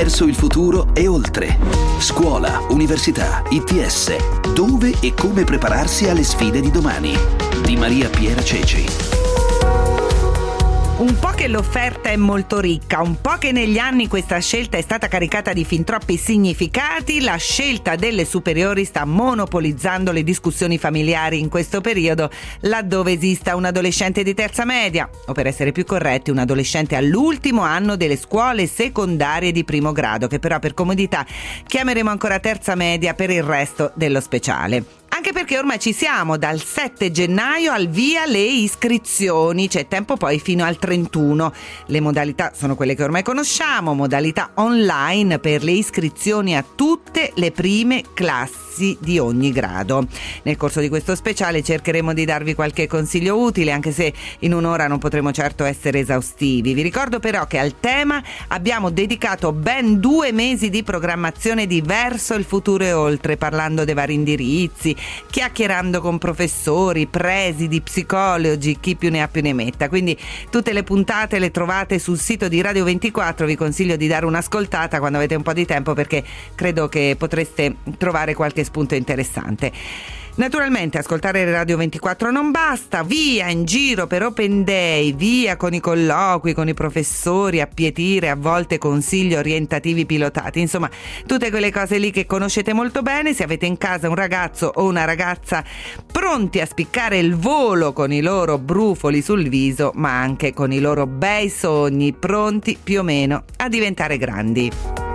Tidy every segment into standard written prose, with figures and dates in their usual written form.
verso il futuro e oltre. Scuola, università, ITS. Dove e come prepararsi alle sfide di domani. Di Maria Piera Ceci. Un po' che l'offerta è molto ricca, un po' che negli anni questa scelta è stata caricata di fin troppi significati, la scelta delle superiori sta monopolizzando le discussioni familiari in questo periodo, laddove esista un adolescente di terza media, o per essere più corretti un adolescente all'ultimo anno delle scuole secondarie di primo grado, che però per comodità chiameremo ancora terza media per il resto dello speciale. Anche perché ormai ci siamo, dal 7 gennaio al via le iscrizioni, c'è tempo poi fino al 31. Le modalità sono quelle che ormai conosciamo, modalità online per le iscrizioni a tutte le prime classi di ogni grado. Nel corso di questo speciale cercheremo di darvi qualche consiglio utile, anche se in un'ora non potremo certo essere esaustivi. Vi ricordo però che al tema abbiamo dedicato ben 2 mesi di programmazione di Verso il futuro e oltre, parlando dei vari indirizzi, chiacchierando con professori, presidi, psicologi, chi più ne ha più ne metta. Quindi tutte le puntate le trovate sul sito di Radio 24, vi consiglio di dare un'ascoltata quando avete un po' di tempo, perché credo che potreste trovare qualche spunto interessante. Naturalmente ascoltare Radio 24 non basta, via in giro per Open Day, via con i colloqui, con i professori, appietire a volte consigli orientativi pilotati, insomma tutte quelle cose lì che conoscete molto bene. Se avete in casa un ragazzo o una ragazza pronti a spiccare il volo con i loro brufoli sul viso, ma anche con i loro bei sogni, pronti più o meno a diventare grandi.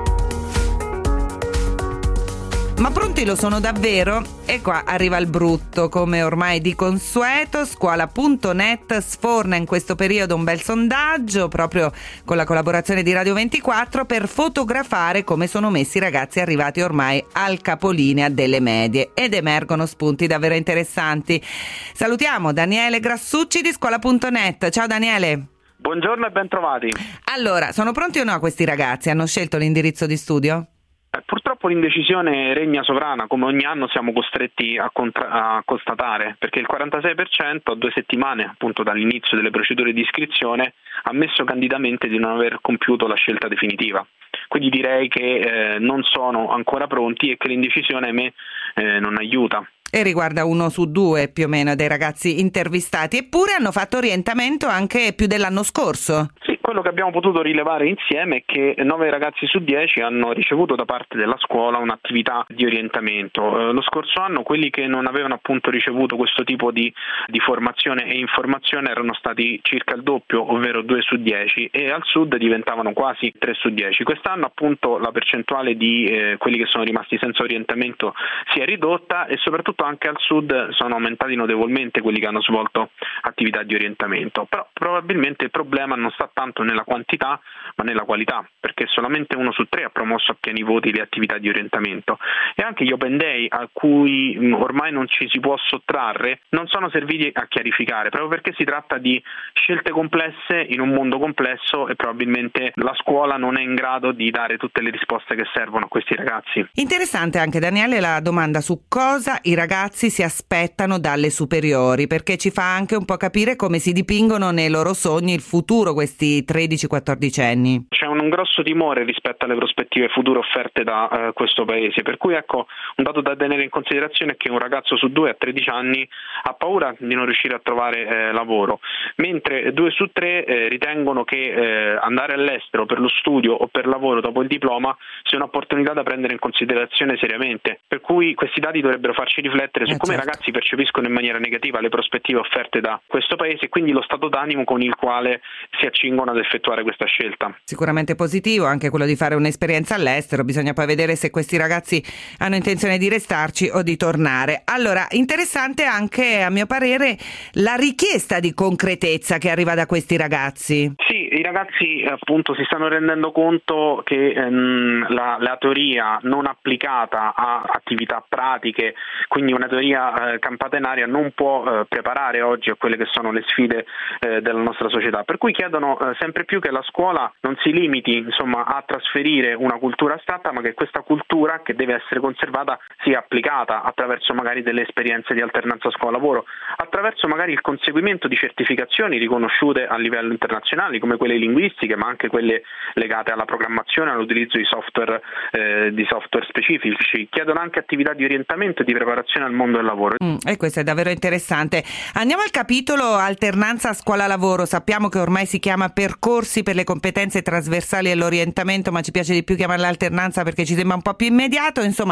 Ma pronti lo sono davvero? E qua arriva il brutto. Come ormai di consueto, scuola.net sforna in questo periodo un bel sondaggio, proprio con la collaborazione di Radio 24, per fotografare come sono messi i ragazzi arrivati ormai al capolinea delle medie, ed emergono spunti davvero interessanti. Salutiamo Daniele Grassucci di scuola.net. Ciao Daniele. Buongiorno e ben trovati. Allora, sono pronti o no questi ragazzi? Hanno scelto l'indirizzo di studio? Purtroppo l'indecisione regna sovrana, come ogni anno siamo costretti a constatare, perché il 46% a 2 settimane appunto dall'inizio delle procedure di iscrizione ha ammesso candidamente di non aver compiuto la scelta definitiva. Quindi direi che non sono ancora pronti e che l'indecisione, ahimè, non aiuta. E riguarda 1 su 2 più o meno dei ragazzi intervistati, eppure hanno fatto orientamento anche più dell'anno scorso. Sì, quello che abbiamo potuto rilevare insieme è che 9 ragazzi su 10 hanno ricevuto da parte della scuola un'attività di orientamento. Lo scorso anno quelli che non avevano appunto ricevuto questo tipo di formazione e informazione erano stati circa il doppio, ovvero 2 su 10, e al sud diventavano quasi 3 su 10. Quest'anno appunto la percentuale di quelli che sono rimasti senza orientamento si è ridotta, e soprattutto anche al sud sono aumentati notevolmente quelli che hanno svolto attività di orientamento. Però probabilmente il problema non sta tanto nella quantità ma nella qualità, perché solamente 1 su 3 ha promosso a pieni voti le attività di orientamento, e anche gli Open Day, a cui ormai non ci si può sottrarre, non sono serviti a chiarificare, proprio perché si tratta di scelte complesse in un mondo complesso, e probabilmente la scuola non è in grado di dare tutte le risposte che servono a questi ragazzi. Interessante anche, Daniele, la domanda su cosa i ragazzi si aspettano dalle superiori, perché ci fa anche un po' capire come si dipingono nei loro sogni il futuro questi 13-14 anni. C'è un grosso timore rispetto alle prospettive future offerte da questo paese, per cui ecco, un dato da tenere in considerazione è che un ragazzo su 2 a 13 anni ha paura di non riuscire a trovare lavoro, mentre 2 su 3 ritengono che andare all'estero per lo studio o per lavoro dopo il diploma sia un'opportunità da prendere in considerazione seriamente, per cui questi dati dovrebbero farci riflettere su come i ragazzi percepiscono in maniera negativa le prospettive offerte da questo paese, e quindi lo stato d'animo con il quale si accingono ad effettuare questa scelta. Sicuramente positivo anche quello di fare un'esperienza all'estero, bisogna poi vedere se questi ragazzi hanno intenzione di restarci o di tornare. Allora, interessante anche a mio parere la richiesta di concretezza che arriva da questi ragazzi. Sì, i ragazzi appunto si stanno rendendo conto che la teoria non applicata a attività pratiche, quindi una teoria campata in aria, non può preparare oggi a quelle che sono le sfide della nostra società, per cui chiedono sempre più che la scuola non si limiti insomma a trasferire una cultura astratta, ma che questa cultura, che deve essere conservata, sia applicata attraverso magari delle esperienze di alternanza scuola-lavoro, attraverso magari il conseguimento di certificazioni riconosciute a livello internazionale, come quelle linguistiche, ma anche quelle legate alla programmazione, all'utilizzo di software specifici. Chiedono anche attività di orientamento e di preparazione al mondo del lavoro. E questo è davvero interessante. Andiamo al capitolo alternanza scuola-lavoro. Sappiamo che ormai si chiama percorsi per le competenze trasversali e l'orientamento, ma ci piace di più chiamarla alternanza perché ci sembra un po' più immediato. Insomma,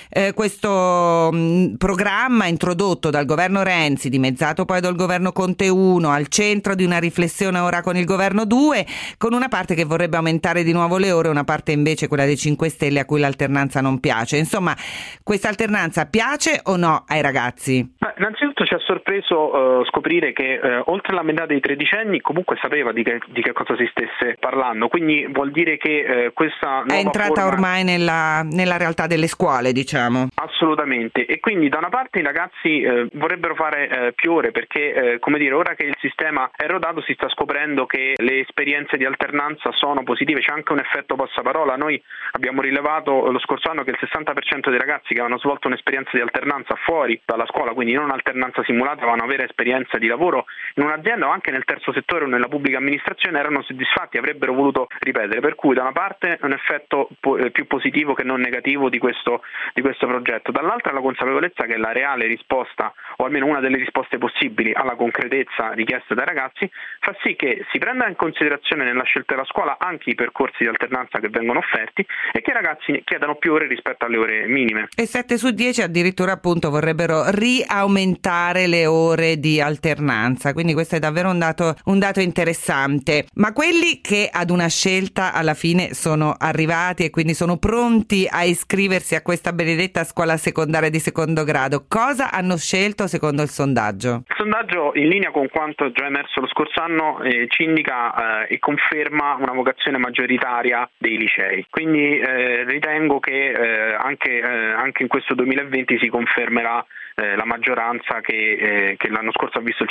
questo programma introdotto dal governo Renzi, dimezzato poi dal governo Conte 1, al centro di una riflessione ora con il governo 2, con una parte che vorrebbe aumentare di nuovo le ore, una parte invece, quella dei 5 Stelle, a cui l'alternanza non piace. Insomma, questa alternanza piace o no ai ragazzi? Innanzitutto ci ha sorpreso scoprire che oltre la metà dei tredicenni comunque sapeva di che cosa si stesse parlando, quindi vuol dire che questa nuova è entrata forma ormai nella realtà delle scuole, diciamo. Assolutamente, e quindi da una parte i ragazzi vorrebbero fare più ore perché ora che il sistema è rodato si sta scoprendo che le esperienze di alternanza sono positive, c'è anche un effetto passaparola. Noi abbiamo rilevato lo scorso anno che il 60% dei ragazzi che avevano svolto un'esperienza di alternanza fuori dalla scuola, quindi non alternanza simulata, avevano vera esperienza di lavoro in un'azienda o anche nel terzo settore o nella pubblica amministrazione, erano soddisfatti, avrebbero voluto ripetere, per cui da una parte un effetto più positivo che non negativo di questo progetto, dall'altra la consapevolezza che la reale risposta, o almeno una delle risposte possibili alla concretezza richiesta dai ragazzi, fa sì che si prenda in considerazione nella scelta della scuola anche i percorsi di alternanza che vengono offerti e che i ragazzi chiedano più ore rispetto alle ore minime. E 7 su 10 addirittura appunto vorrebbero riaumentare le ore di alternanza, quindi questo è davvero un dato interessante. Ma quelli che ad una scelta alla fine sono arrivati e quindi sono pronti a iscriversi a questa benedetta scuola secondaria di secondo grado, cosa hanno scelto secondo il sondaggio? Il sondaggio, in linea con quanto già emerso lo scorso anno, ci indica e conferma una vocazione maggioritaria dei licei, quindi ritengo che anche in questo 2020 si confermerà la maggioranza che l'anno scorso ha visto il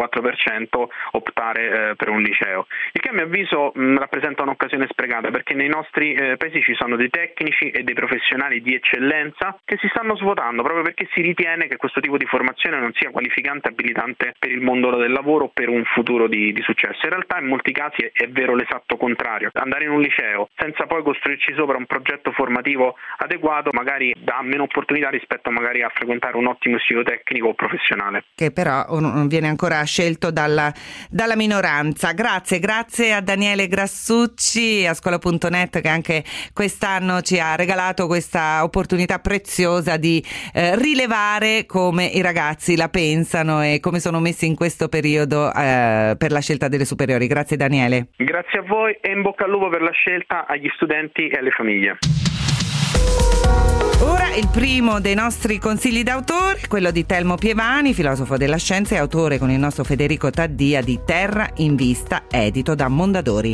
54% optare per un liceo, il che a mio avviso rappresenta un'occasione sprecata, perché nei nostri paesi ci sono dei tecnici e dei professionali di eccellenza che si stanno svuotando proprio perché si ritiene che questo tipo di formazione non sia qualificante e abilitante per il mondo del lavoro o per un futuro di successo. In realtà in molti casi è vero l'esatto contrario. Andare in un liceo senza poi costruirci sopra un progetto formativo adeguato magari dà meno opportunità rispetto magari a frequentare un ottimo istituto tecnico o professionale, che però non viene ancora scelto dalla minoranza. Grazie a Daniele Grassucci a Scuola.net, che anche quest'anno ci ha regalato questa opportunità preziosa di rilevare come i ragazzi la pensano e come sono messi in questo periodo per la scelta delle superiori. Grazie Daniele. Grazie a voi e in bocca al lupo per la scelta agli studenti e alle famiglie. Ora il primo dei nostri consigli d'autore, quello di Telmo Pievani, filosofo della scienza e autore con il nostro Federico Taddia di Terra in Vista, edito da Mondadori.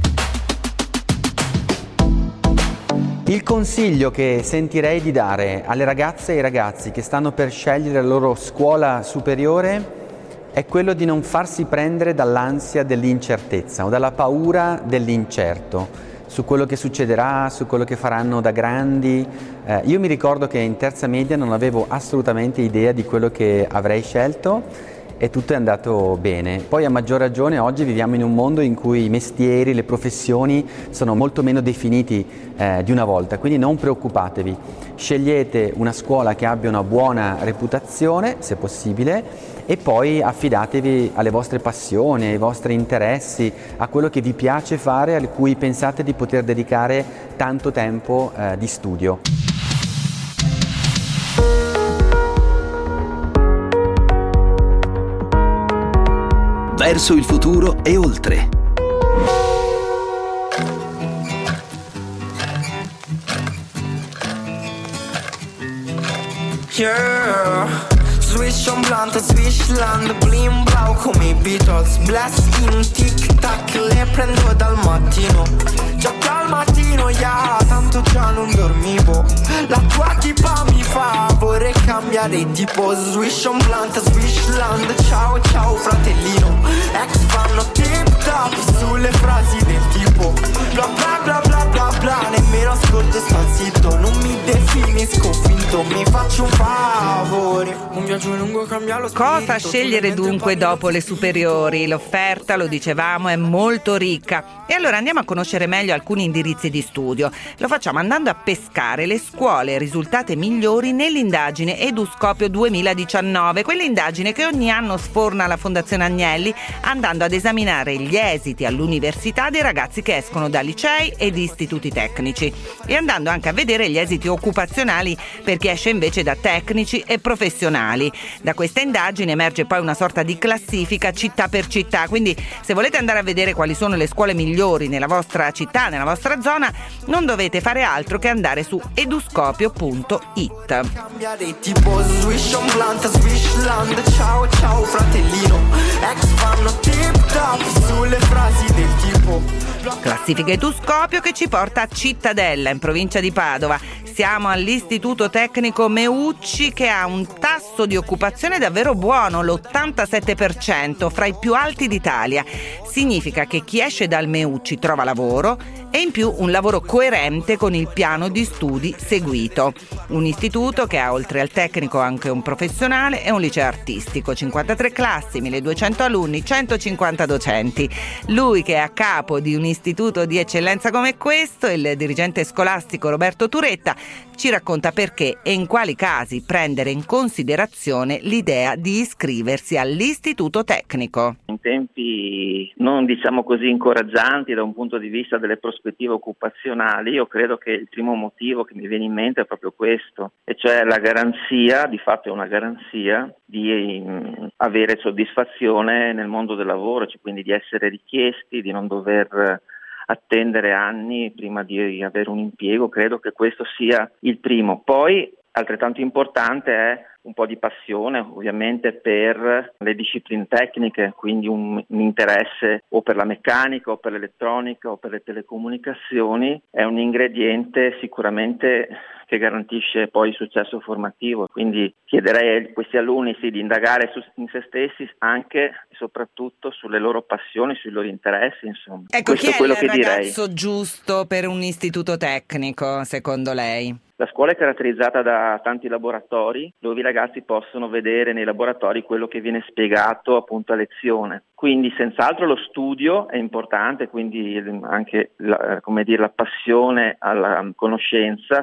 Il consiglio che sentirei di dare alle ragazze e ai ragazzi che stanno per scegliere la loro scuola superiore è quello di non farsi prendere dall'ansia dell'incertezza o dalla paura dell'incerto su quello che succederà, su quello che faranno da grandi. Io mi ricordo che in terza media non avevo assolutamente idea di quello che avrei scelto e tutto è andato bene. Poi a maggior ragione oggi viviamo in un mondo in cui i mestieri, le professioni sono molto meno definiti di una volta, quindi non preoccupatevi. Scegliete una scuola che abbia una buona reputazione, se possibile, e poi affidatevi alle vostre passioni, ai vostri interessi, a quello che vi piace fare, a cui pensate di poter dedicare tanto tempo di studio. Verso il futuro e oltre. Yeah. Swish on blunt, Swishland, blim blau come i Beatles. Blast in tic-tac, le prendo dal mattino. Già dal mattino, yeah, tanto già non dormivo. La tua tipa mi fa, vorrei cambiare tipo. Swish on blunt, Swishland, ciao ciao fratellino. Ex fanno tip-tap sulle frasi del tipo bla bla bla bla bla bla. Nemmeno ascolto, sto zitto, non mi definisco finto. mi faccio un favore. Un viaggio lungo cambia lo spirito. Cosa scegliere dunque dopo le superiori? L'offerta, lo dicevamo, è molto ricca. E allora andiamo a conoscere meglio alcuni indirizzi di studio. Lo facciamo andando a pescare le scuole risultate migliori nell'indagine Eduscopio 2019, quell'indagine che ogni anno sforna la Fondazione Agnelli, andando ad esaminare gli esiti all'università dei ragazzi che escono da licei ed istituti tecnici e andando anche a vedere gli esiti occupazionali per chi esce invece da tecnici e professionali. Da questa indagine emerge poi una sorta di classifica città per città, quindi se volete andare a vedere quali sono le scuole migliori nella vostra città, nella vostra zona, non dovete fare altro che andare su eduscopio.it. Cambia dei tipo swish on blunt, swishland, ciao ciao fratellino. Ex fanno tip top sulle frasi del tipo. Classifica Eduscopio che ci porta a Cittadella, in provincia di Padova. Siamo all'Istituto Tecnico Meucci, che ha un tasso di occupazione davvero buono, l'87%, fra i più alti d'Italia. Significa che chi esce dal Meucci trova lavoro e in più un lavoro coerente con il piano di studi seguito. Un istituto che ha oltre al tecnico anche un professionale e un liceo artistico, 53 classi, 1200 alunni, 150 docenti. Lui che è a capo di un istituto di eccellenza come questo, il dirigente scolastico Roberto Turetta, ci racconta perché e in quali casi prendere in considerazione l'idea di iscriversi all'istituto tecnico. In tempi non diciamo così incoraggianti da un punto di vista delle prospettive occupazionali, io credo che il primo motivo che mi viene in mente è proprio questo, e cioè la garanzia, di fatto è una garanzia di avere soddisfazione nel mondo del lavoro, cioè quindi di essere richiesti, di non dover attendere anni prima di avere un impiego. Credo che questo sia il primo. Poi altrettanto importante è un po' di passione ovviamente per le discipline tecniche, quindi un interesse o per la meccanica o per l'elettronica o per le telecomunicazioni è un ingrediente sicuramente che garantisce poi il successo formativo. Quindi chiederei a questi alunni di indagare in se stessi anche e soprattutto sulle loro passioni, sui loro interessi, insomma. Ecco, questo chi è quello il che ragazzo direi. giusto per un istituto tecnico, secondo lei? La scuola è caratterizzata da tanti laboratori dove i ragazzi possono vedere nei laboratori quello che viene spiegato appunto a lezione. Quindi senz'altro lo studio è importante, quindi anche la passione alla conoscenza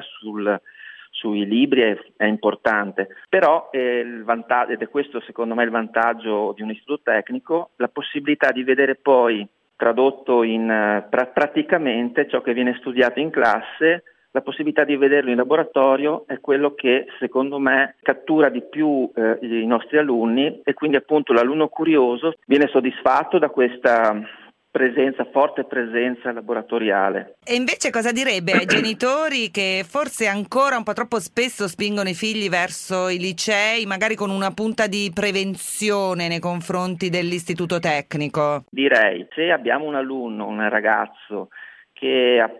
sui libri è importante. Però il vantaggio, ed è questo secondo me il vantaggio di un istituto tecnico, la possibilità di vedere poi tradotto in praticamente ciò che viene studiato in classe. La possibilità di vederlo in laboratorio è quello che secondo me cattura di più i nostri alunni, e quindi appunto l'alunno curioso viene soddisfatto da questa forte presenza laboratoriale. E invece cosa direbbe ai genitori che forse ancora un po' troppo spesso spingono i figli verso i licei, magari con una punta di prevenzione nei confronti dell'istituto tecnico? Direi, se abbiamo un alunno, un ragazzo che è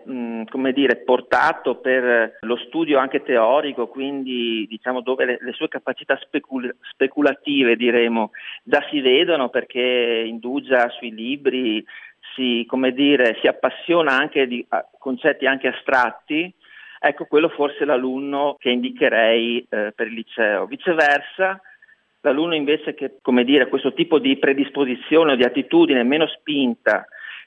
portato per lo studio anche teorico, quindi diciamo dove le sue capacità speculative diremo già si vedono, perché indugia sui libri, si appassiona anche di concetti anche astratti. Ecco, quello forse è l'alunno che indicherei per il liceo. Viceversa, l'alunno invece che questo tipo di predisposizione o di attitudine meno spinta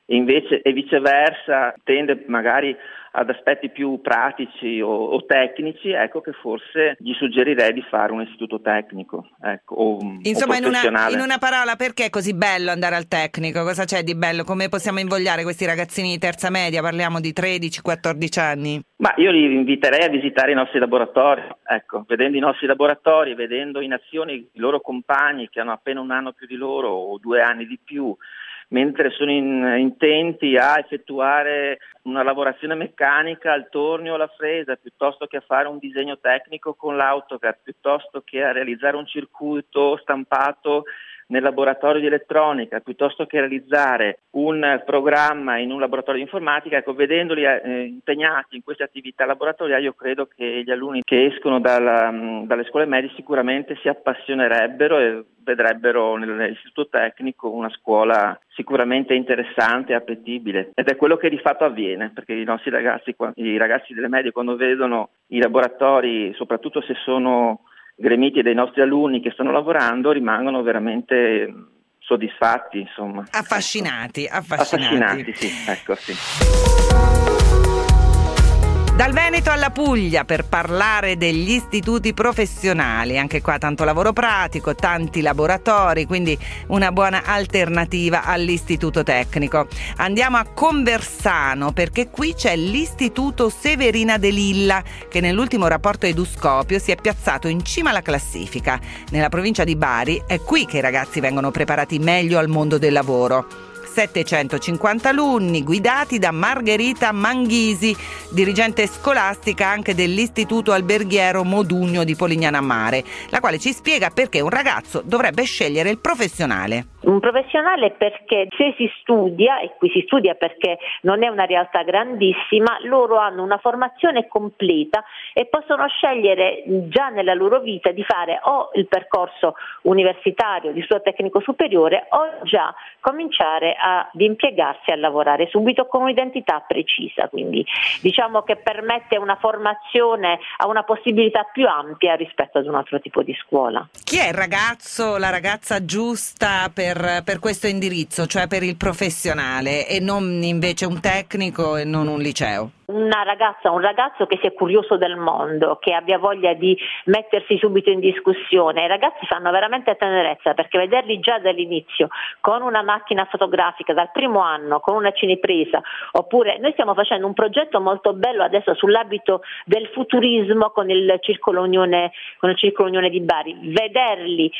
e viceversa tende magari ad aspetti più pratici o tecnici, ecco che forse gli suggerirei di fare un istituto tecnico, Insomma, o professionale. in una parola, perché è così bello andare al tecnico? Cosa c'è di bello? Come possiamo invogliare questi ragazzini di terza media? Parliamo di 13-14 anni. Ma io li inviterei a visitare i nostri laboratori, vedendo i nostri laboratori, vedendo in azione i loro compagni che hanno appena un anno più di loro o 2 anni di più, mentre sono intenti a effettuare una lavorazione meccanica al tornio o alla fresa, piuttosto che a fare un disegno tecnico con l'AutoCAD, piuttosto che a realizzare un circuito stampato nel laboratorio di elettronica piuttosto che realizzare un programma in un laboratorio di informatica, ecco, vedendoli impegnati in queste attività laboratoriali, io credo che gli alunni che escono dalle scuole medie sicuramente si appassionerebbero e vedrebbero nell'istituto tecnico una scuola sicuramente interessante e appetibile, ed è quello che di fatto avviene, perché i nostri ragazzi, i ragazzi delle medie, quando vedono i laboratori, soprattutto se sono gremiti dei nostri alunni che stanno lavorando, rimangono veramente soddisfatti, insomma. Affascinati. Affascinati, sì, ecco, sì. Dal Veneto alla Puglia per parlare degli istituti professionali, anche qua tanto lavoro pratico, tanti laboratori, quindi una buona alternativa all'istituto tecnico. Andiamo a Conversano perché qui c'è l'Istituto Severina de Lilla che nell'ultimo rapporto Eduscopio si è piazzato in cima alla classifica. Nella provincia di Bari è qui che i ragazzi vengono preparati meglio al mondo del lavoro. 750 alunni guidati da Margherita Manghisi, dirigente scolastica anche dell'Istituto Alberghiero Modugno di Polignano a Mare, la quale ci spiega perché un ragazzo dovrebbe scegliere il professionale. Un professionale perché se si studia, e qui si studia perché non è una realtà grandissima, loro hanno una formazione completa e possono scegliere già nella loro vita di fare o il percorso universitario di studio tecnico superiore o già cominciare ad impiegarsi a lavorare subito con un'identità precisa, quindi diciamo che permette una formazione a una possibilità più ampia rispetto ad un altro tipo di scuola. Chi è il ragazzo, la ragazza giusta per questo indirizzo, cioè per il professionale e non invece un tecnico e non un liceo? Una ragazza, un ragazzo che sia curioso del mondo, che abbia voglia di mettersi subito in discussione. I ragazzi fanno veramente tenerezza perché vederli già dall'inizio con una macchina fotografica dal primo anno, con una cinepresa, oppure noi stiamo facendo un progetto molto bello adesso sull'ambito del futurismo con il Circolo Unione di Bari, vederli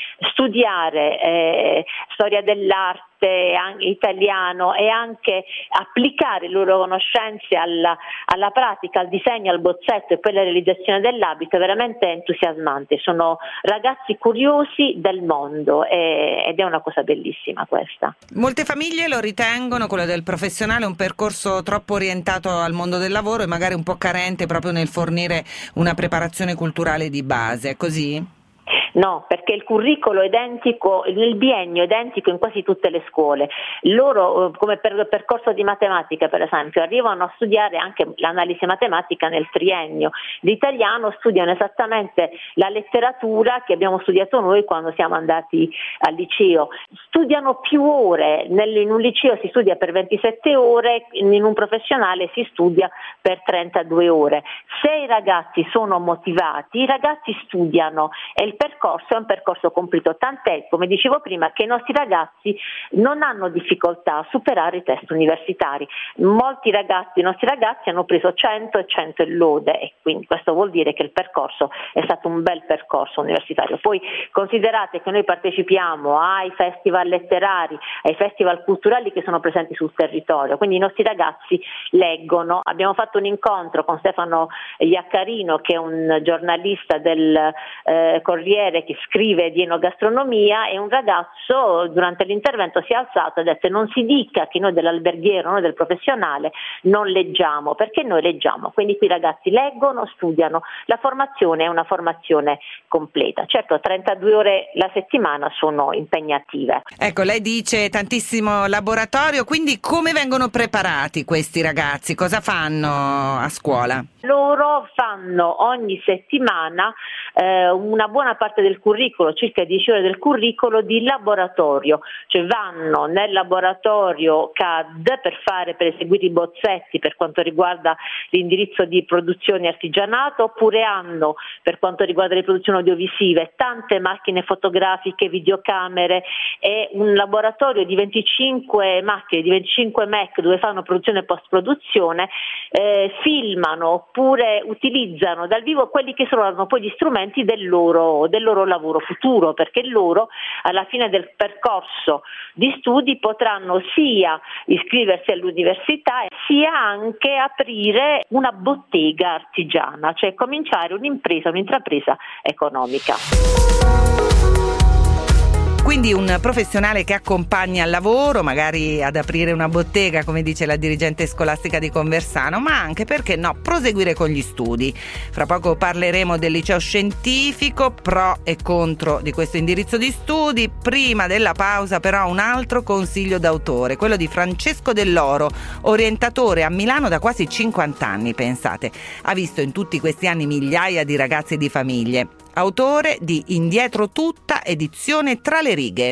studiare storia dell'arte, italiano e anche applicare le loro conoscenze alla pratica, al disegno, al bozzetto e poi alla realizzazione dell'abito è veramente entusiasmante. Sono ragazzi curiosi del mondo ed è una cosa bellissima questa. Molte famiglie lo ritengono, quello del professionale, un percorso troppo orientato al mondo del lavoro e magari un po' carente proprio nel fornire una preparazione culturale di base, è così? No, perché il curricolo è identico, nel biennio è identico in quasi tutte le scuole. Loro, come per percorso di matematica per esempio, arrivano a studiare anche l'analisi matematica nel triennio. L'italiano studiano esattamente la letteratura che abbiamo studiato noi quando siamo andati al liceo. Studiano più ore, in un liceo si studia per 27 ore, in un professionale si studia per 32 ore. Se i ragazzi sono motivati, i ragazzi studiano e il percorso è un percorso completo, tant'è, come dicevo prima, che i nostri ragazzi non hanno difficoltà a superare i test universitari. Molti ragazzi, i nostri ragazzi hanno preso 100 e 100 in lode e quindi questo vuol dire che il percorso è stato un bel percorso universitario. Poi considerate che noi partecipiamo ai festival letterari, ai festival culturali che sono presenti sul territorio, quindi i nostri ragazzi leggono. Abbiamo fatto un incontro con Stefano Iaccarino, che è un giornalista del Corriere che scrive di enogastronomia, e un ragazzo durante l'intervento si è alzato e ha detto: non si dica che noi dell'alberghiero, noi del professionale non leggiamo, perché noi leggiamo. Quindi qui i ragazzi leggono, studiano, la formazione è una formazione completa. Certo, 32 ore la settimana sono impegnative. Ecco, lei dice tantissimo laboratorio, quindi come vengono preparati questi ragazzi? Cosa fanno a scuola? Loro fanno ogni settimana una buona parte del curricolo, circa 10 ore del curricolo di laboratorio, cioè vanno nel laboratorio CAD per eseguire i bozzetti per quanto riguarda l'indirizzo di produzione e artigianato, oppure hanno, per quanto riguarda le produzioni audiovisive, tante macchine fotografiche, videocamere e un laboratorio di 25 macchine, di 25 Mac dove fanno produzione e post-produzione, filmano oppure utilizzano dal vivo quelli che saranno poi gli strumenti del loro lavoro futuro, perché loro alla fine del percorso di studi potranno sia iscriversi all'università sia anche aprire una bottega artigiana, cioè cominciare un'intrapresa economica. Quindi un professionale che accompagna al lavoro, magari ad aprire una bottega, come dice la dirigente scolastica di Conversano, ma anche, perché no, proseguire con gli studi. Fra poco parleremo del liceo scientifico, pro e contro di questo indirizzo di studi. Prima della pausa però un altro consiglio d'autore, quello di Francesco Dell'Oro, orientatore a Milano da quasi 50 anni, pensate. Ha visto in tutti questi anni migliaia di ragazzi e di famiglie. Autore di Indietro tutta, edizione Tra le righe.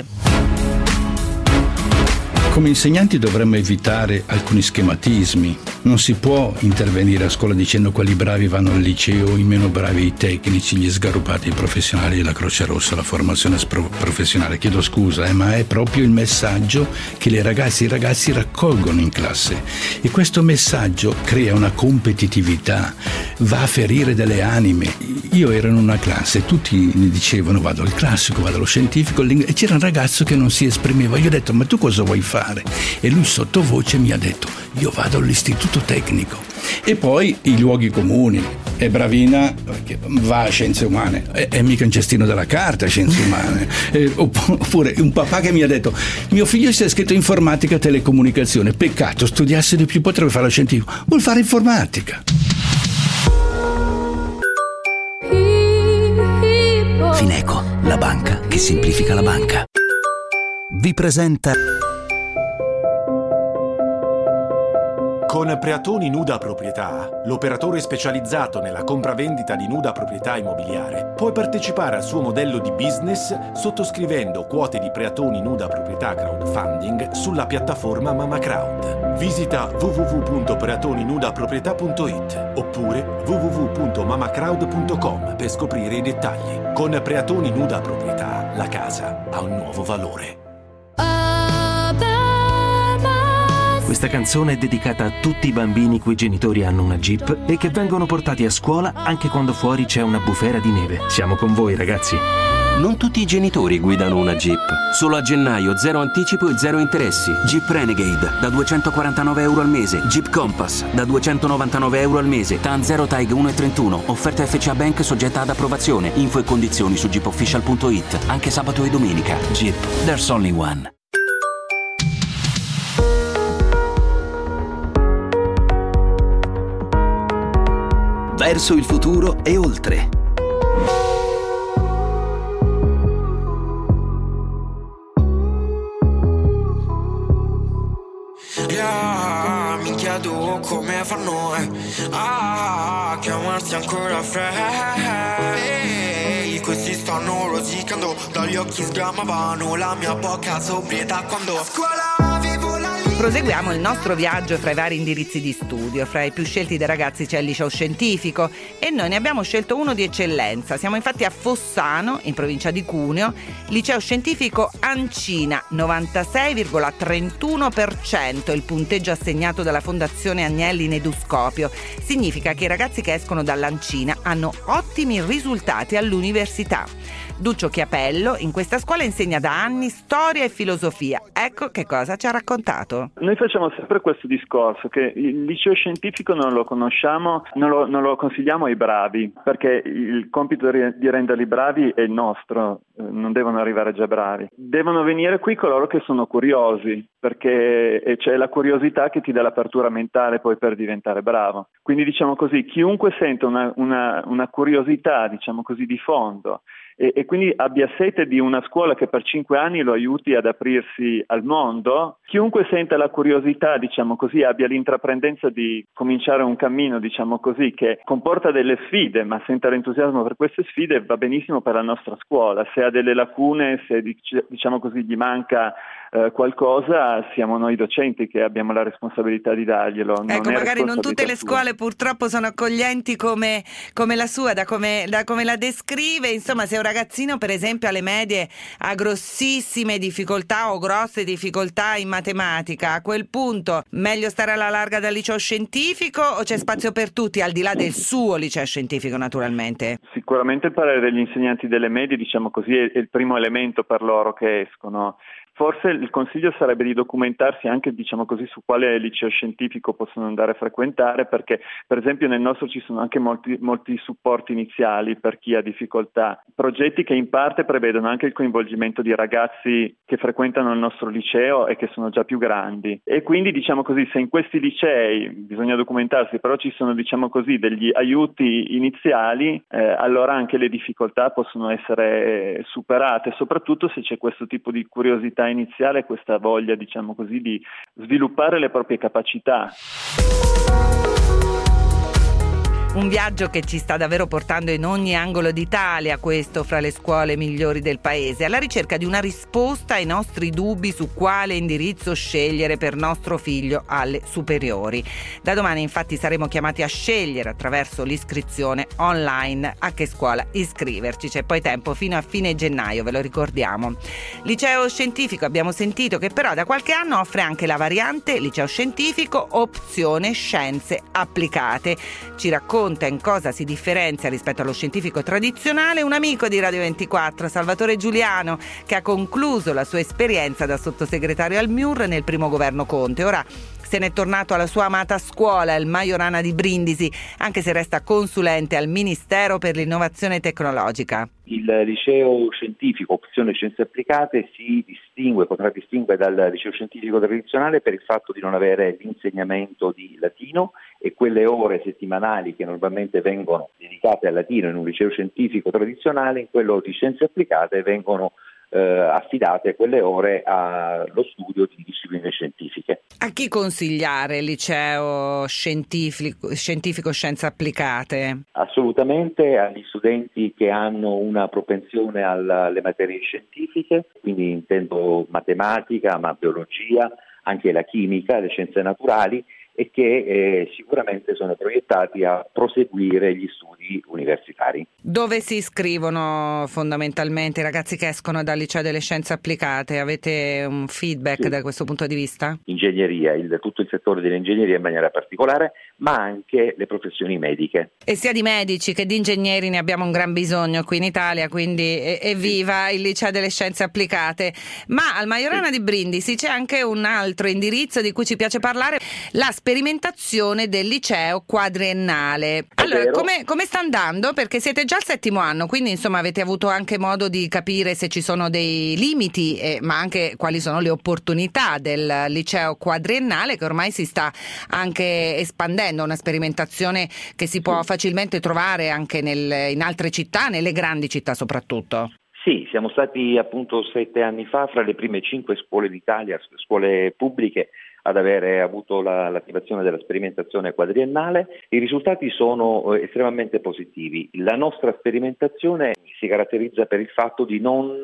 Come insegnanti dovremmo evitare alcuni schematismi. Non si può intervenire a scuola dicendo quelli bravi vanno al liceo, i meno bravi i tecnici, gli sgarrupati i professionali, la Croce Rossa, la formazione professionale. Chiedo scusa, ma è proprio il messaggio che le ragazze e i ragazzi raccolgono in classe. E questo messaggio crea una competitività, va a ferire delle anime. Io ero in una classe, tutti mi dicevano vado al classico, vado allo scientifico, e c'era un ragazzo che non si esprimeva. Io ho detto, ma tu cosa vuoi fare? E lui sottovoce mi ha detto, io vado all'istituto tecnico. E poi i luoghi comuni. È bravina, va a scienze umane, è mica un cestino della carta a scienze umane. Oppure un papà che mi ha detto, mio figlio si è iscritto in informatica e telecomunicazione, peccato, studiasse di più, potrebbe fare lo scientifico. Vuol fare informatica. Fineco, la banca che semplifica la banca. Vi presenta Con Preatoni Nuda Proprietà, l'operatore specializzato nella compravendita di nuda proprietà immobiliare, puoi partecipare al suo modello di business sottoscrivendo quote di Preatoni Nuda Proprietà crowdfunding sulla piattaforma MamaCrowd. Visita www.preatoninudaproprietà.it oppure www.mamacrowd.com per scoprire i dettagli. Con Preatoni Nuda Proprietà, la casa ha un nuovo valore. Questa canzone è dedicata a tutti i bambini i cui genitori hanno una Jeep e che vengono portati a scuola anche quando fuori c'è una bufera di neve. Siamo con voi, ragazzi. Non tutti i genitori guidano una Jeep. Solo a gennaio 0 anticipo e 0 interessi. Jeep Renegade da €249 al mese. Jeep Compass da €299 al mese. TAN 0 TAIG 1,31. Offerta FCA Bank soggetta ad approvazione. Info e condizioni su jeepofficial.it. Anche sabato e domenica. Jeep, there's only one. Verso il futuro e oltre. Yeah, mi chiedo come fanno a chiamarsi ancora fratelli. Questi stanno rosicando, dagli occhi sgramavano la mia poca sobrietà quando a scuola vivo la. Proseguiamo il nostro viaggio fra i vari indirizzi di studio. Fra i più scelti dai ragazzi c'è il liceo scientifico e noi ne abbiamo scelto uno di eccellenza. Siamo infatti a Fossano, in provincia di Cuneo, liceo scientifico Ancina, 96,31% il punteggio assegnato dalla Fondazione Agnelli in Eduscopio. Significa che i ragazzi che escono dall'Ancina hanno ottimi risultati all'università. Duccio Chiapello in questa scuola insegna da anni storia e filosofia. Ecco che cosa ci ha raccontato. Noi facciamo sempre questo discorso che il liceo scientifico non lo conosciamo, non lo consigliamo ai bravi, perché il compito di renderli bravi è il nostro, non devono arrivare già bravi. Devono venire qui coloro che sono curiosi, perché c'è la curiosità che ti dà l'apertura mentale poi per diventare bravo. Quindi diciamo così, chiunque sente una curiosità, diciamo così, di fondo, e quindi abbia sete di una scuola che per 5 anni lo aiuti ad aprirsi al mondo, chiunque senta la curiosità, diciamo così, abbia l'intraprendenza di cominciare un cammino, diciamo così, che comporta delle sfide, ma senta l'entusiasmo per queste sfide, va benissimo per la nostra scuola. Se ha delle lacune, se diciamo così gli manca qualcosa, siamo noi docenti che abbiamo la responsabilità di darglielo. Ecco, magari non tutte le scuole purtroppo sono accoglienti come la sua, da come la descrive. Insomma, se un ragazzino per esempio alle medie ha grossissime difficoltà o grosse difficoltà in matematica, a quel punto meglio stare alla larga dal liceo scientifico o c'è spazio per tutti al di là del suo liceo scientifico, naturalmente? Sicuramente il parere degli insegnanti delle medie, diciamo così, è il primo elemento per loro che escono. Forse il consiglio sarebbe di documentarsi anche, diciamo così, su quale liceo scientifico possono andare a frequentare, perché per esempio nel nostro ci sono anche molti supporti iniziali per chi ha difficoltà, progetti che in parte prevedono anche il coinvolgimento di ragazzi che frequentano il nostro liceo e che sono già più grandi, e quindi diciamo così, se in questi licei bisogna documentarsi, però ci sono diciamo così degli aiuti iniziali, allora anche le difficoltà possono essere superate, soprattutto se c'è questo tipo di curiosità iniziale, questa voglia, diciamo così, di sviluppare le proprie capacità. Un viaggio che ci sta davvero portando in ogni angolo d'Italia, questo fra le scuole migliori del paese, alla ricerca di una risposta ai nostri dubbi su quale indirizzo scegliere per nostro figlio alle superiori. Da domani infatti saremo chiamati a scegliere attraverso l'iscrizione online a che scuola iscriverci. C'è poi tempo fino a fine gennaio, ve lo ricordiamo. Liceo scientifico abbiamo sentito che però da qualche anno offre anche la variante liceo scientifico opzione scienze applicate. Ci racconta in cosa si differenzia rispetto allo scientifico tradizionale un amico di Radio 24, Salvatore Giuliano, che ha concluso la sua esperienza da sottosegretario al MIUR nel primo governo Conte. Ora se n'è tornato alla sua amata scuola, il Majorana di Brindisi, anche se resta consulente al Ministero per l'innovazione tecnologica. Il liceo scientifico opzione scienze applicate potrà distinguere dal liceo scientifico tradizionale per il fatto di non avere l'insegnamento di latino, e quelle ore settimanali che normalmente vengono dedicate al latino in un liceo scientifico tradizionale, in quello di scienze applicate vengono affidate quelle ore allo studio di discipline scientifiche. A chi consigliare il liceo scientifico scienze applicate? Assolutamente agli studenti che hanno una propensione alle materie scientifiche, quindi intendo matematica, ma biologia, anche la chimica, le scienze naturali, e che sicuramente sono proiettati a proseguire gli studi universitari. Dove si iscrivono fondamentalmente i ragazzi che escono dal liceo delle scienze applicate? Avete un feedback da questo punto di vista? Ingegneria, tutto il settore dell'ingegneria in maniera particolare, ma anche le professioni mediche. E sia di medici che di ingegneri ne abbiamo un gran bisogno qui in Italia, quindi evviva il liceo delle scienze applicate. Ma al Majorana di Brindisi c'è anche un altro indirizzo di cui ci piace parlare, la sperimentazione del liceo quadriennale. Allora, come sta andando? Perché siete già al 7° anno, quindi insomma avete avuto anche modo di capire se ci sono dei limiti, ma anche quali sono le opportunità del liceo quadriennale, che ormai si sta anche espandendo, una sperimentazione che si può facilmente trovare anche in altre città, nelle grandi città soprattutto. Sì, siamo stati appunto 7 anni fa fra le prime 5 scuole d'Italia, scuole pubbliche, ad avere avuto l'attivazione della sperimentazione quadriennale. I risultati sono estremamente positivi. La nostra sperimentazione si caratterizza per il fatto di non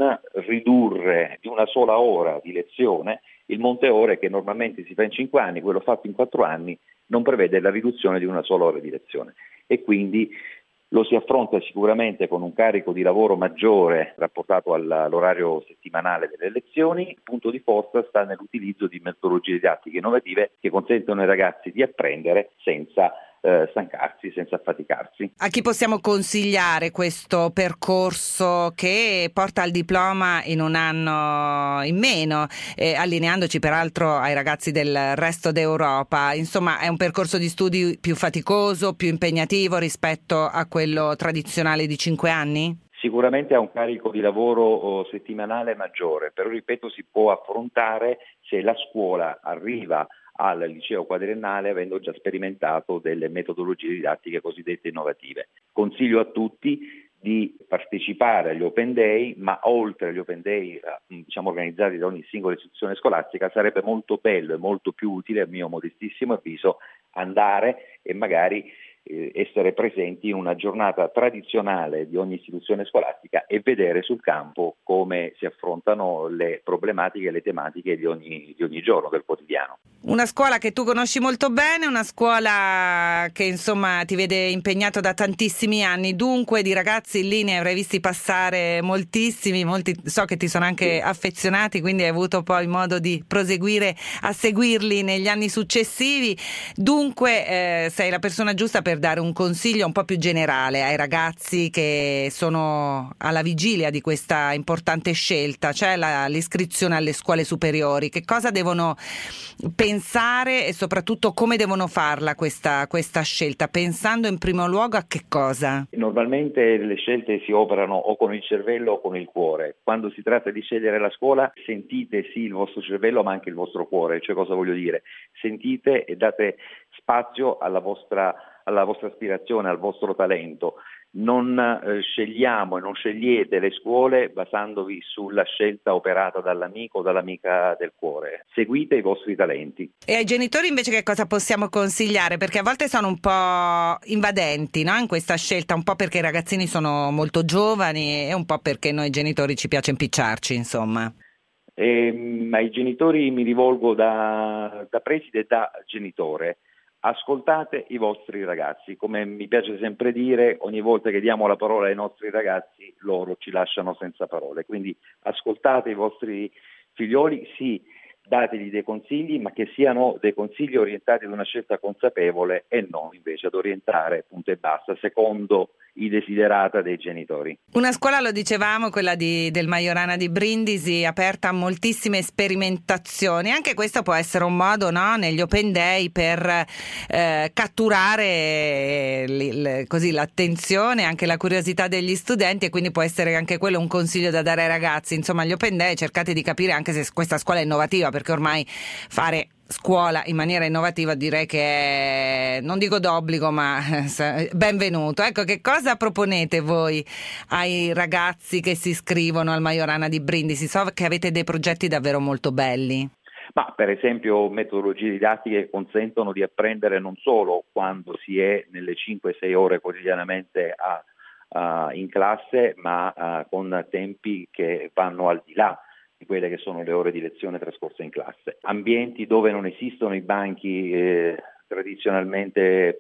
ridurre di una sola ora di lezione il monte ore che normalmente si fa in 5 anni, quello fatto in 4 anni non prevede la riduzione di una sola ora di lezione, e quindi lo si affronta sicuramente con un carico di lavoro maggiore rapportato all'orario settimanale delle lezioni. Il punto di forza sta nell'utilizzo di metodologie didattiche innovative che consentono ai ragazzi di apprendere senza stancarsi, senza affaticarsi. A chi possiamo consigliare questo percorso che porta al diploma in un anno in meno, allineandoci peraltro ai ragazzi del resto d'Europa? Insomma, è un percorso di studi più faticoso, più impegnativo rispetto a quello tradizionale di 5 anni? Sicuramente ha un carico di lavoro settimanale maggiore, però ripeto, si può affrontare se la scuola arriva al liceo quadriennale avendo già sperimentato delle metodologie didattiche cosiddette innovative. Consiglio a tutti di partecipare agli Open Day, ma oltre agli Open Day organizzati da ogni singola istituzione scolastica, sarebbe molto bello e molto più utile, a mio modestissimo avviso, andare e magari essere presenti in una giornata tradizionale di ogni istituzione scolastica e vedere sul campo come si affrontano le problematiche e le tematiche di ogni giorno del quotidiano. Una scuola che tu conosci molto bene, una scuola che insomma ti vede impegnato da tantissimi anni, dunque di ragazzi lì ne avrai visti passare moltissimi, molti so che ti sono anche affezionati, quindi hai avuto poi modo di proseguire a seguirli negli anni successivi, dunque sei la persona giusta per dare un consiglio un po' più generale ai ragazzi che sono alla vigilia di questa importante scelta, cioè l'iscrizione alle scuole superiori. Che cosa devono pensare e soprattutto come devono farla questa scelta, pensando in primo luogo a che cosa? Normalmente le scelte si operano o con il cervello o con il cuore. Quando si tratta di scegliere la scuola sentite sì il vostro cervello ma anche il vostro cuore, cioè cosa voglio dire? Sentite e date spazio alla vostra aspirazione, al vostro talento. Non scegliamo e non scegliete le scuole basandovi sulla scelta operata dall'amico o dall'amica del cuore. Seguite i vostri talenti. E ai genitori invece che cosa possiamo consigliare? Perché a volte sono un po' invadenti, no? In questa scelta, un po' perché i ragazzini sono molto giovani e un po' perché noi genitori ci piace impicciarci, insomma. Ai genitori mi rivolgo da preside e da genitore. Ascoltate i vostri ragazzi, come mi piace sempre dire, ogni volta che diamo la parola ai nostri ragazzi loro ci lasciano senza parole, quindi ascoltate i vostri figlioli, sì, dategli dei consigli, ma che siano dei consigli orientati ad una scelta consapevole e non invece ad orientare, punto e basta, secondo i desiderata dei genitori. Una scuola, lo dicevamo, quella del Majorana di Brindisi, aperta a moltissime sperimentazioni. Anche questo può essere un modo, no, negli Open Day per catturare così l'attenzione, anche la curiosità degli studenti, e quindi può essere anche quello un consiglio da dare ai ragazzi. Insomma, agli Open Day cercate di capire anche se questa scuola è innovativa, perché ormai fare scuola in maniera innovativa direi che è, non dico d'obbligo, ma benvenuto. Ecco, che cosa proponete voi ai ragazzi che si iscrivono al Majorana di Brindisi? So che avete dei progetti davvero molto belli. Ma per esempio metodologie didattiche che consentono di apprendere non solo quando si è nelle 5-6 ore quotidianamente in classe, ma con tempi che vanno al di là di quelle che sono le ore di lezione trascorse in classe. Ambienti dove non esistono i banchi tradizionalmente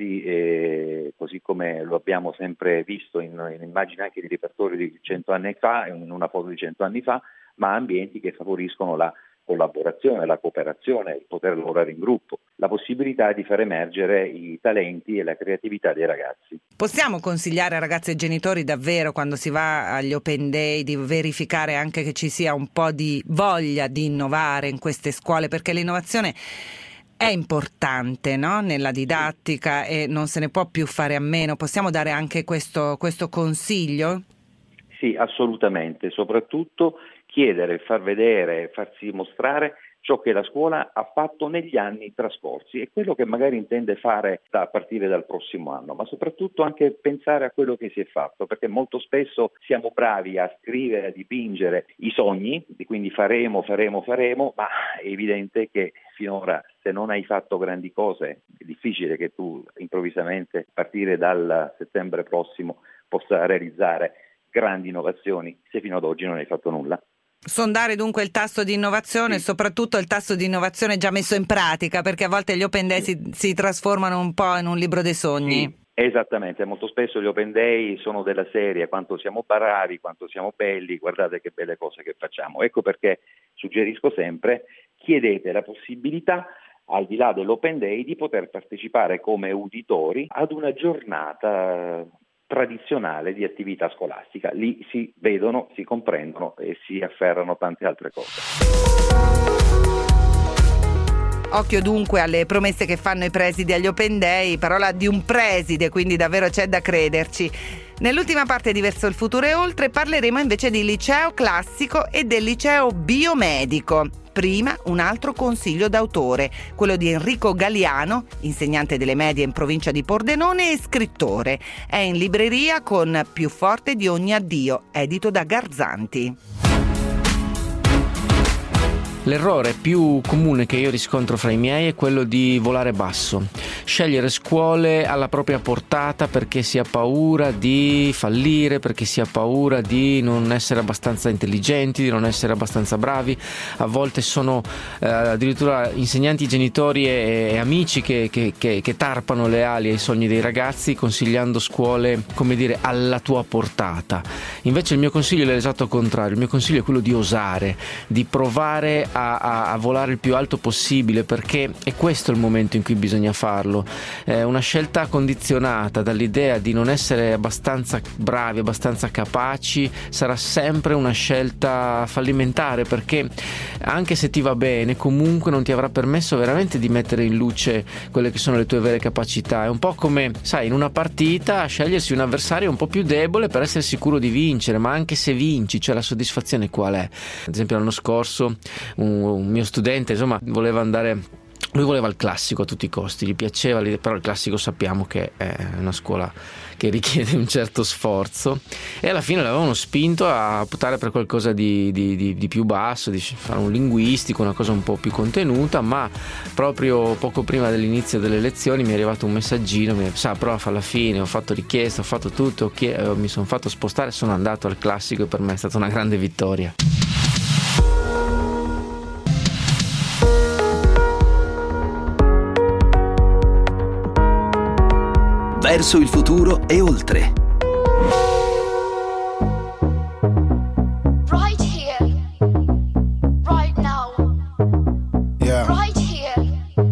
posti, così come lo abbiamo sempre visto in immagini anche di repertorio di 100 anni fa, in una foto di 100 anni fa, ma ambienti che favoriscono la collaborazione, la cooperazione, il poter lavorare in gruppo, la possibilità di far emergere i talenti e la creatività dei ragazzi. Possiamo consigliare a ragazzi e genitori davvero, quando si va agli Open Day, di verificare anche che ci sia un po' di voglia di innovare in queste scuole, perché l'innovazione è importante, no? Nella didattica, e non se ne può più fare a meno. Possiamo dare anche questo consiglio? Sì, assolutamente, soprattutto chiedere, far vedere, farsi mostrare ciò che la scuola ha fatto negli anni trascorsi e quello che magari intende fare a partire dal prossimo anno, ma soprattutto anche pensare a quello che si è fatto, perché molto spesso siamo bravi a scrivere, a dipingere i sogni, e quindi faremo, ma è evidente che finora, se non hai fatto grandi cose, è difficile che tu improvvisamente a partire dal settembre prossimo possa realizzare grandi innovazioni se fino ad oggi non hai fatto nulla. Sondare dunque il tasso di innovazione, sì, e soprattutto il tasso di innovazione già messo in pratica, perché a volte gli Open Day si trasformano un po' in un libro dei sogni. Sì, esattamente, molto spesso gli Open Day sono della serie quanto siamo bravi, quanto siamo belli, guardate che belle cose che facciamo. Ecco perché suggerisco sempre, chiedete la possibilità, al di là dell'Open Day, di poter partecipare come uditori ad una giornata tradizionale di attività scolastica. Lì si vedono, si comprendono e si afferrano tante altre cose. Occhio dunque alle promesse che fanno i presidi agli Open Day, parola di un preside, quindi davvero c'è da crederci. Nell'ultima parte di Verso il Futuro e Oltre parleremo invece di liceo classico e del liceo biomedico. Prima un altro consiglio d'autore, quello di Enrico Galiano, insegnante delle medie in provincia di Pordenone e scrittore. È in libreria con Più forte di ogni addio, edito da Garzanti. L'errore più comune che io riscontro fra i miei è quello di volare basso, scegliere scuole alla propria portata perché si ha paura di fallire, perché si ha paura di non essere abbastanza intelligenti, di non essere abbastanza bravi. A volte sono addirittura insegnanti, genitori e amici che tarpano le ali ai sogni dei ragazzi consigliando scuole, come dire, alla tua portata. Invece il mio consiglio è l'esatto contrario, il mio consiglio è quello di osare, di provare a volare il più alto possibile, perché è questo il momento in cui bisogna farlo. Una scelta condizionata dall'idea di non essere abbastanza bravi, abbastanza capaci, sarà sempre una scelta fallimentare, perché anche se ti va bene comunque non ti avrà permesso veramente di mettere in luce quelle che sono le tue vere capacità. È un po' come, sai, in una partita scegliersi un avversario un po' più debole per essere sicuro di vincere, ma anche se vinci, cioè la soddisfazione qual è? Ad esempio l'anno scorso un mio studente, insomma, voleva il classico a tutti i costi, gli piaceva, però il classico sappiamo che è una scuola che richiede un certo sforzo, e alla fine l'avevano spinto a optare per qualcosa di più basso, di fare un linguistico, una cosa un po' più contenuta. Ma proprio poco prima dell'inizio delle lezioni mi è arrivato un messaggino, prof, alla fine ho fatto richiesta, ho fatto tutto, mi sono fatto spostare, sono andato al classico e per me è stata una grande vittoria. Verso il futuro e oltre. Right here, right now, yeah. Right here,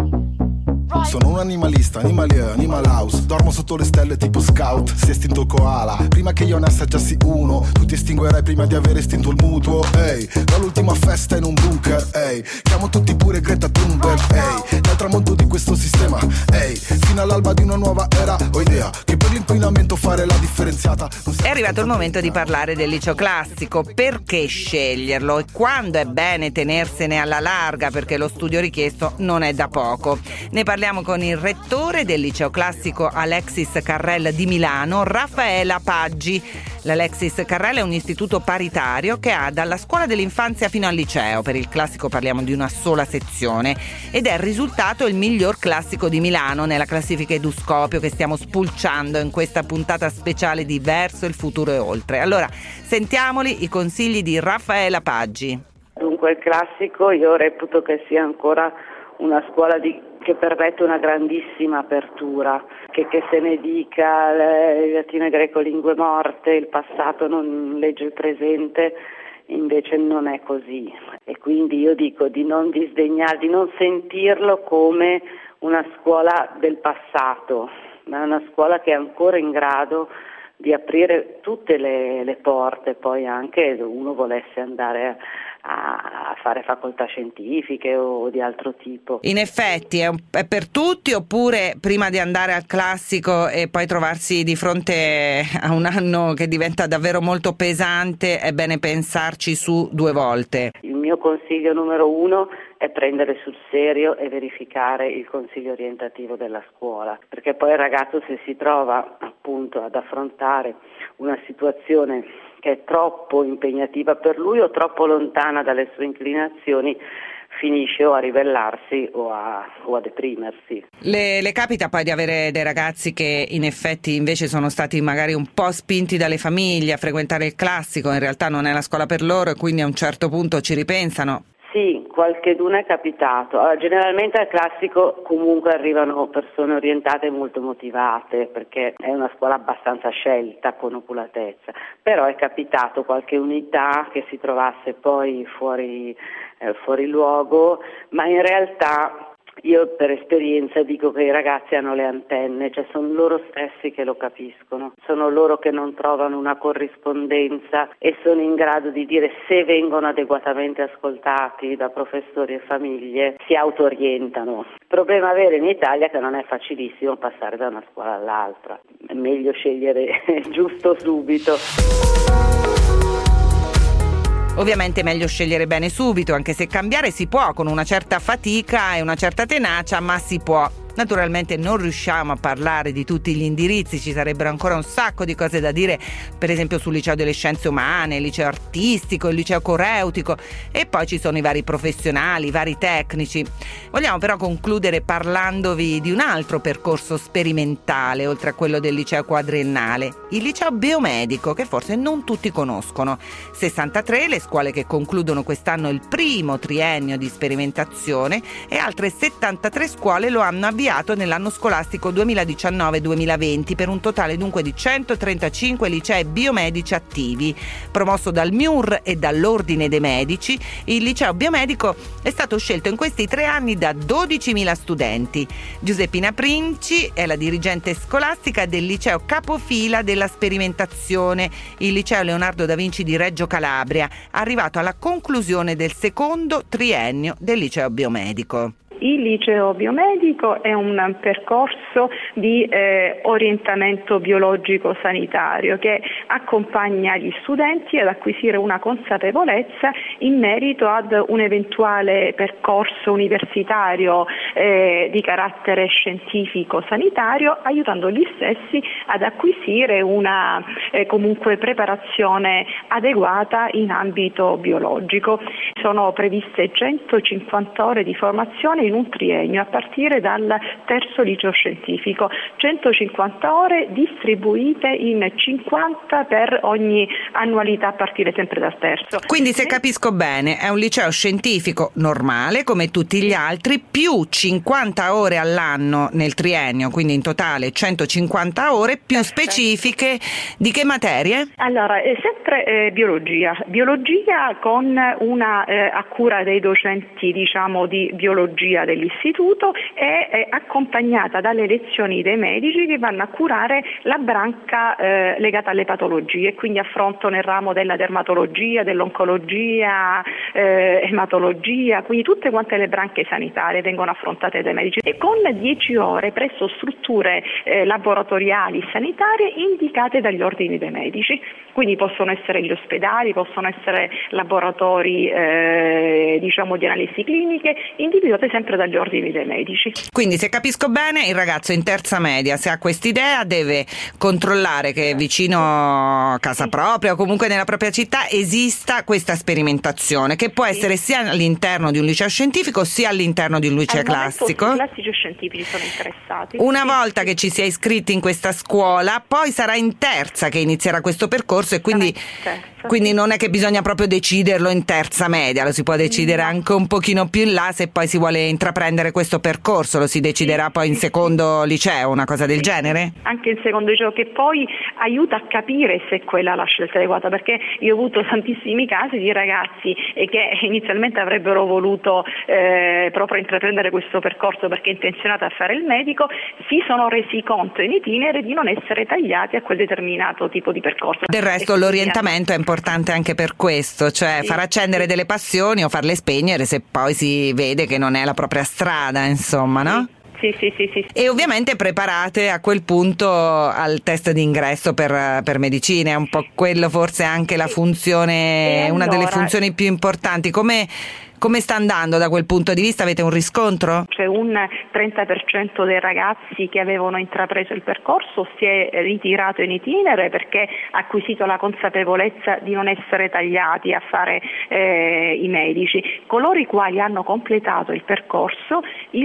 right. Sono un animalista, animal house. Dormo sotto le stelle tipo scout. Si è estinto il koala, prima che io ne assaggiassi uno. Tu ti estinguerai prima di aver estinto il mutuo. Ehi, dall'ultima festa in un bunker. Ehi, chiamo tutti pure Greta Thunberg. Ehi, dal tramonto di questo sistema. Ehi, fino all'alba di una nuova era. Ho idea che per l'inquinamento fare la differenziata. È arrivato il momento di parlare del liceo classico. Perché sceglierlo e quando è bene tenersene alla larga, perché lo studio richiesto non è da poco. Ne parliamo con il rettore del liceo classico Alexis Carrel di Milano, Raffaela Paggi. L'Alexis Carrel è un istituto paritario che ha dalla scuola dell'infanzia fino al liceo. Per il classico parliamo di una sola sezione ed è risultato il miglior classico di Milano nella classifica Eduscopio che stiamo spulciando in questa puntata speciale di Verso il futuro e oltre. Allora, sentiamoli i consigli di Raffaela Paggi. Dunque il classico io reputo che sia ancora una scuola che permette una grandissima apertura, che se ne dica il latino e greco lingue morte, il passato non legge il presente, invece non è così. E quindi io dico di non disdegnare, di non sentirlo come una scuola del passato, ma una scuola che è ancora in grado di aprire tutte le porte, poi anche se uno volesse andare a fare facoltà scientifiche o di altro tipo. In effetti è per tutti, oppure prima di andare al classico e poi trovarsi di fronte a un anno che diventa davvero molto pesante è bene pensarci su due volte? Il mio consiglio numero 1 è prendere sul serio e verificare il consiglio orientativo della scuola, perché poi il ragazzo, se si trova appunto ad affrontare una situazione che è troppo impegnativa per lui o troppo lontana dalle sue inclinazioni, finisce o a ribellarsi o a deprimersi. Le capita poi di avere dei ragazzi che in effetti invece sono stati magari un po' spinti dalle famiglie a frequentare il classico, in realtà non è la scuola per loro e quindi a un certo punto ci ripensano? Sì, qualcheduno è capitato. Allora, generalmente al classico comunque arrivano persone orientate e molto motivate, perché è una scuola abbastanza scelta, con oculatezza, però è capitato qualche unità che si trovasse poi fuori luogo, ma in realtà io per esperienza dico che i ragazzi hanno le antenne, cioè sono loro stessi che lo capiscono, sono loro che non trovano una corrispondenza e sono in grado di dire, se vengono adeguatamente ascoltati da professori e famiglie, si auto-orientano. Il problema vero in Italia è che non è facilissimo passare da una scuola all'altra, è meglio scegliere giusto subito. Ovviamente è meglio scegliere bene subito, anche se cambiare si può con una certa fatica e una certa tenacia, ma si può. Naturalmente non riusciamo a parlare di tutti gli indirizzi, ci sarebbero ancora un sacco di cose da dire, per esempio sul liceo delle scienze umane, il liceo artistico, il liceo coreutico, e poi ci sono i vari professionali, i vari tecnici. Vogliamo però concludere parlandovi di un altro percorso sperimentale oltre a quello del liceo quadriennale, il liceo biomedico, che forse non tutti conoscono. 63 le scuole che concludono quest'anno il primo triennio di sperimentazione e altre 73 scuole lo hanno avviato nell'anno scolastico 2019-2020, per un totale dunque di 135 licei biomedici attivi. Promosso dal MIUR e dall'Ordine dei Medici, il liceo biomedico è stato scelto in questi 3 anni da 12.000 studenti. Giuseppina Princi è la dirigente scolastica del liceo capofila della sperimentazione, il liceo Leonardo da Vinci di Reggio Calabria, arrivato alla conclusione del secondo triennio del liceo biomedico. Il liceo biomedico è un percorso di orientamento biologico sanitario che accompagna gli studenti ad acquisire una consapevolezza in merito ad un eventuale percorso universitario di carattere scientifico sanitario, aiutando gli stessi ad acquisire una comunque preparazione adeguata in ambito biologico. Sono previste 150 ore di formazione in un triennio a partire dal terzo liceo scientifico, 150 ore distribuite in 50 per ogni annualità a partire sempre dal terzo. Quindi, se capisco bene, è un liceo scientifico normale come tutti gli altri, più 50 ore all'anno nel triennio, quindi in totale 150 ore più specifiche di che materie? Allora, sempre biologia con una a cura dei docenti, diciamo, di biologia dell'istituto, è accompagnata dalle lezioni dei medici che vanno a curare la branca legata alle patologie, quindi affronto nel ramo della dermatologia, dell'oncologia, ematologia, quindi tutte quante le branche sanitarie vengono affrontate dai medici, e con 10 ore presso strutture laboratoriali sanitarie indicate dagli ordini dei medici. Quindi possono essere gli ospedali, possono essere laboratori diciamo di analisi cliniche, individuate sempre dagli ordini dei medici. Quindi, se capisco bene, il ragazzo in terza media, se ha quest'idea, deve controllare che vicino a casa propria o comunque nella propria città esista questa sperimentazione, che può essere sia all'interno di un liceo scientifico sia all'interno di un liceo classico. I classici e scientifici sono interessati. Una volta che ci si è iscritti in questa scuola, poi sarà in terza che inizierà questo percorso, e quindi non è che bisogna proprio deciderlo in terza media, lo si può decidere anche un pochino più in là, se poi si vuole intraprendere questo percorso, lo si deciderà poi in secondo liceo, una cosa del genere? Anche in secondo liceo, che poi aiuta a capire se quella è la scelta adeguata, perché io ho avuto tantissimi casi di ragazzi che inizialmente avrebbero voluto proprio intraprendere questo percorso perché intenzionati a fare il medico, si sono resi conto in itinere di non essere tagliati a quel determinato tipo di percorso. Del resto l'orientamento è importante anche per questo, cioè far accendere delle passioni o farle spegnere se poi si vede che non è la propria strada, insomma, no? Sì. E ovviamente preparate a quel punto al test d'ingresso per medicina, è un po' quello forse anche la funzione, una delle funzioni più importanti. Come sta andando da quel punto di vista? Avete un riscontro? C'è un 30% dei ragazzi che avevano intrapreso il percorso si è ritirato in itinere perché ha acquisito la consapevolezza di non essere tagliati a fare i medici. Coloro i quali hanno completato il percorso, il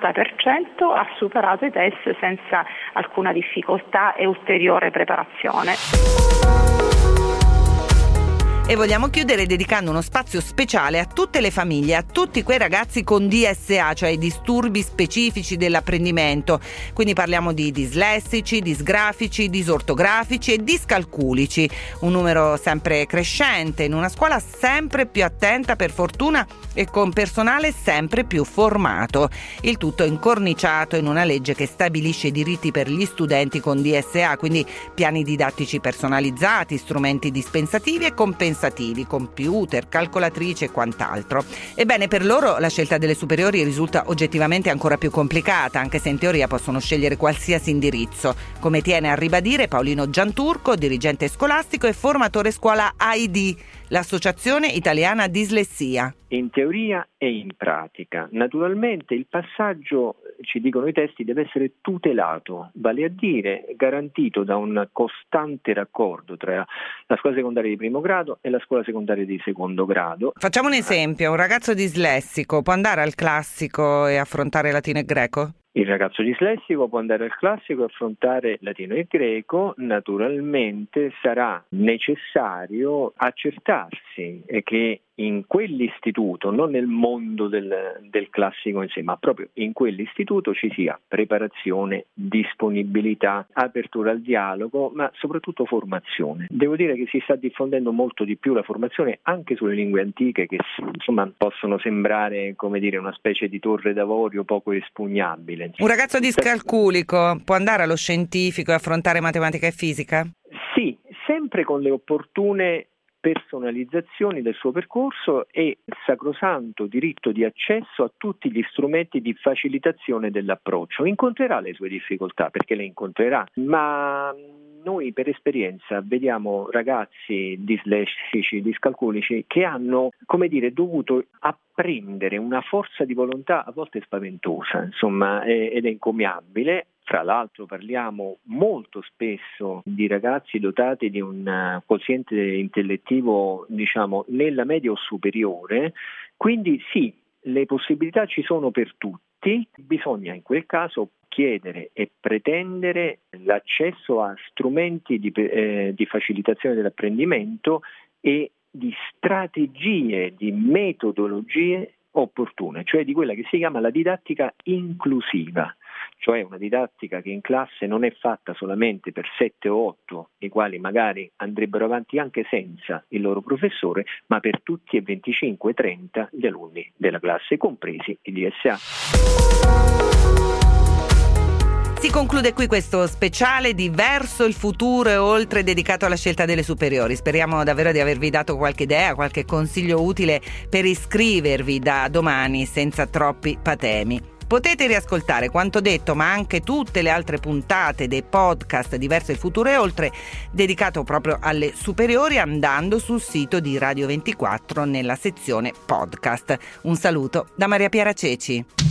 70% ha superato i test senza alcuna difficoltà e ulteriore preparazione. E vogliamo chiudere dedicando uno spazio speciale a tutte le famiglie, a tutti quei ragazzi con DSA, cioè disturbi specifici dell'apprendimento. Quindi parliamo di dislessici, disgrafici, disortografici e discalculici. Un numero sempre crescente in una scuola sempre più attenta, per fortuna, e con personale sempre più formato. Il tutto incorniciato in una legge che stabilisce i diritti per gli studenti con DSA, quindi piani didattici personalizzati, strumenti dispensativi e compensativi, computer, calcolatrici e quant'altro. Ebbene, per loro la scelta delle superiori risulta oggettivamente ancora più complicata, anche se in teoria possono scegliere qualsiasi indirizzo, come tiene a ribadire Paolino Gianturco, dirigente scolastico e formatore scuola AID, l'Associazione Italiana Dislessia. In teoria e in pratica. Naturalmente il passaggio, ci dicono i testi, deve essere tutelato, vale a dire garantito da un costante raccordo tra la scuola secondaria di primo grado e la scuola secondaria di secondo grado. Facciamo un esempio: un ragazzo dislessico può andare al classico e affrontare latino e greco? Il ragazzo dislessico può andare al classico e affrontare latino e greco. Naturalmente sarà necessario accertarsi che in quell'istituto, non nel mondo del classico in sé, ma proprio in quell'istituto ci sia preparazione, disponibilità, apertura al dialogo, ma soprattutto formazione. Devo dire che si sta diffondendo molto di più la formazione anche sulle lingue antiche, che insomma possono sembrare, come dire, una specie di torre d'avorio poco espugnabile. Un ragazzo discalculico può andare allo scientifico e affrontare matematica e fisica? Sì, sempre con le opportune personalizzazioni del suo percorso e il sacrosanto diritto di accesso a tutti gli strumenti di facilitazione dell'approccio. Incontrerà le sue difficoltà, perché le incontrerà, ma noi per esperienza vediamo ragazzi dislessici, discalculici che hanno, come dire, dovuto apprendere una forza di volontà a volte spaventosa, insomma, ed è encomiabile. Fra l'altro parliamo molto spesso di ragazzi dotati di un quoziente intellettivo, diciamo, nella media o superiore, quindi sì, le possibilità ci sono per tutti, bisogna in quel caso chiedere e pretendere l'accesso a strumenti di facilitazione dell'apprendimento e di strategie, di metodologie opportune, cioè di quella che si chiama la didattica inclusiva, cioè una didattica che in classe non è fatta solamente per 7 o 8, i quali magari andrebbero avanti anche senza il loro professore, ma per tutti e 25-30 gli alunni della classe, compresi i DSA. Si conclude qui questo speciale di Verso il futuro e oltre, dedicato alla scelta delle superiori. Speriamo davvero di avervi dato qualche idea, qualche consiglio utile per iscrivervi da domani senza troppi patemi. Potete riascoltare quanto detto, ma anche tutte le altre puntate dei podcast di Verso il futuro e oltre, dedicato proprio alle superiori, andando sul sito di Radio 24 nella sezione podcast. Un saluto da Maria Piera Ceci.